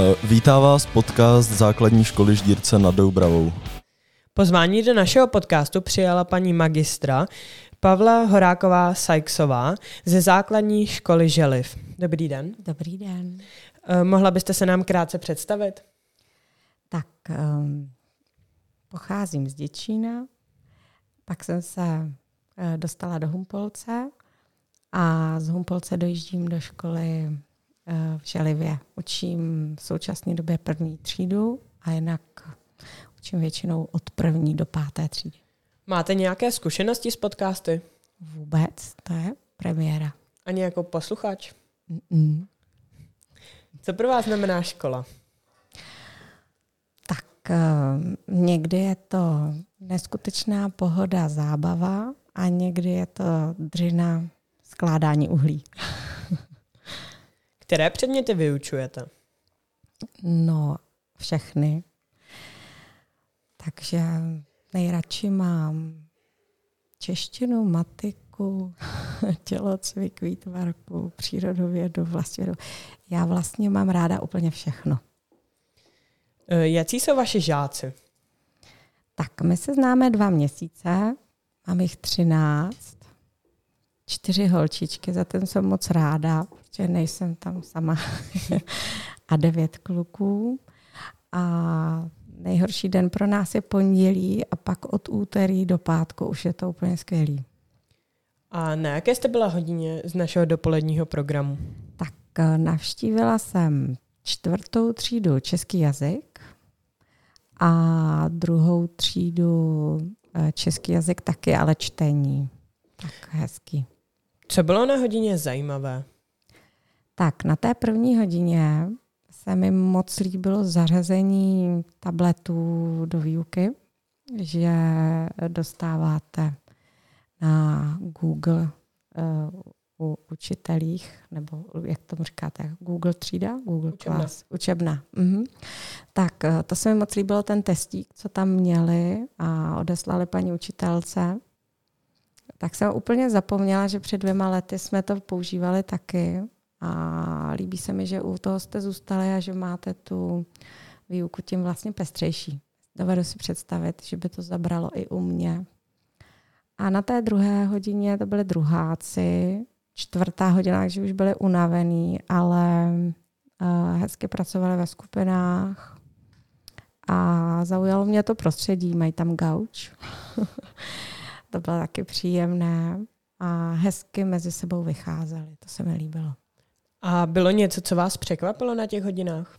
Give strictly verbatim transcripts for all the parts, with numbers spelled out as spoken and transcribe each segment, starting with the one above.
Vítá vás podcast Základní školy Ždírce nad Doubravou. Pozvání do našeho podcastu přijala paní magistra Pavla Horáková-Sajksová ze Základní školy Želiv. Dobrý den. Dobrý den. Eh, mohla byste se nám krátce představit? Tak um, pocházím z Děčína, pak jsem se uh, dostala do Humpolce a z Humpolce dojíždím do školy uh, v Želivě. Učím v současné době první třídu a jinak učím většinou od první do páté třídy. Máte nějaké zkušenosti s podcasty? Vůbec, to je premiéra. Ani jako posluchač? Mm-mm. Co pro vás znamená škola? Tak uh, někdy je to neskutečná pohoda, zábava a někdy je to dřina, skládání uhlí. Které předměty vyučujete? No, všechny. Takže nejradši mám češtinu, matiku, tělocvik, výtvarku, přírodovědu, vlastvědu. Já vlastně mám ráda úplně všechno. E, jací jsou vaši žáci? Tak my se známe dva měsíce, mám jich třináct, čtyři holčičky, za ten jsem moc ráda, protože nejsem tam sama, a devět kluků. A nejhorší den pro nás je pondělí a pak od úterý do pátku už je to úplně skvělý. A na jaké jste byla hodině z našeho dopoledního programu? Tak navštívila jsem čtvrtou třídu český jazyk a druhou třídu český jazyk taky, ale čtení. Tak hezký. Co bylo na hodině zajímavé? Tak na té první hodině se mi moc líbilo zařazení tabletů do výuky, že dostáváte na Google uh, u učitelích, nebo jak tomu říkáte, Google třída? Google Učebna. Class. Učebna. Mhm. Tak uh, to se mi moc líbilo, ten testík, co tam měli a odeslali paní učitelce. Tak jsem úplně zapomněla, že před dvěma lety jsme to používali taky. A líbí se mi, že u toho jste zůstali a že máte tu výuku tím vlastně pestřejší. Dovedu si představit, že by to zabralo i u mě. A na té druhé hodině to byli druháci, čtvrtá hodina, takže už byli unavený, ale uh, hezky pracovali ve skupinách a zaujalo mě to prostředí, mají tam gauč. To bylo taky příjemné a hezky mezi sebou vycházeli, to se mi líbilo. A bylo něco, co vás překvapilo na těch hodinách?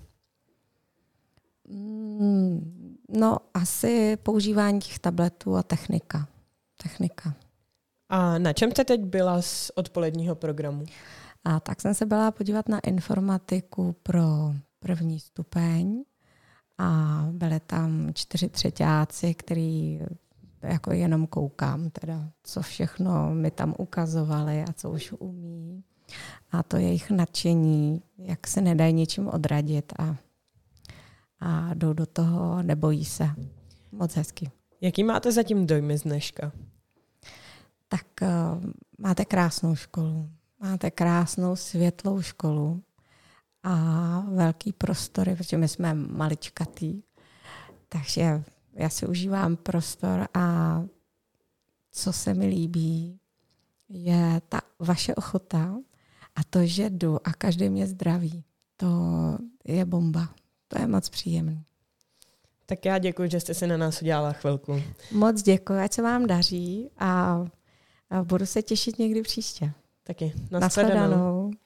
No, asi používání těch tabletů a technika. Technika. A na čem jste teď byla z odpoledního programu? A tak jsem se byla podívat na informatiku pro první stupeň a byly tam čtyři třeťáci, který jako jenom koukám, teda, co všechno mi tam ukazovali a co už umí. A to jejich nadšení, jak se nedají ničím odradit a, a jdou do toho, nebojí se. Moc hezky. Jaký máte zatím dojmy z dneška? Tak uh, máte krásnou školu. Máte krásnou světlou školu a velký prostory, protože my jsme maličkatý. Takže já si užívám prostor a co se mi líbí, je ta vaše ochota a to, že jdu a každý mě zdraví. To je bomba. To je moc příjemný. Tak já děkuji, že jste si na nás udělala chvilku. Moc děkuji, ať se vám daří a budu se těšit někdy příště. Taky. Nashledanou.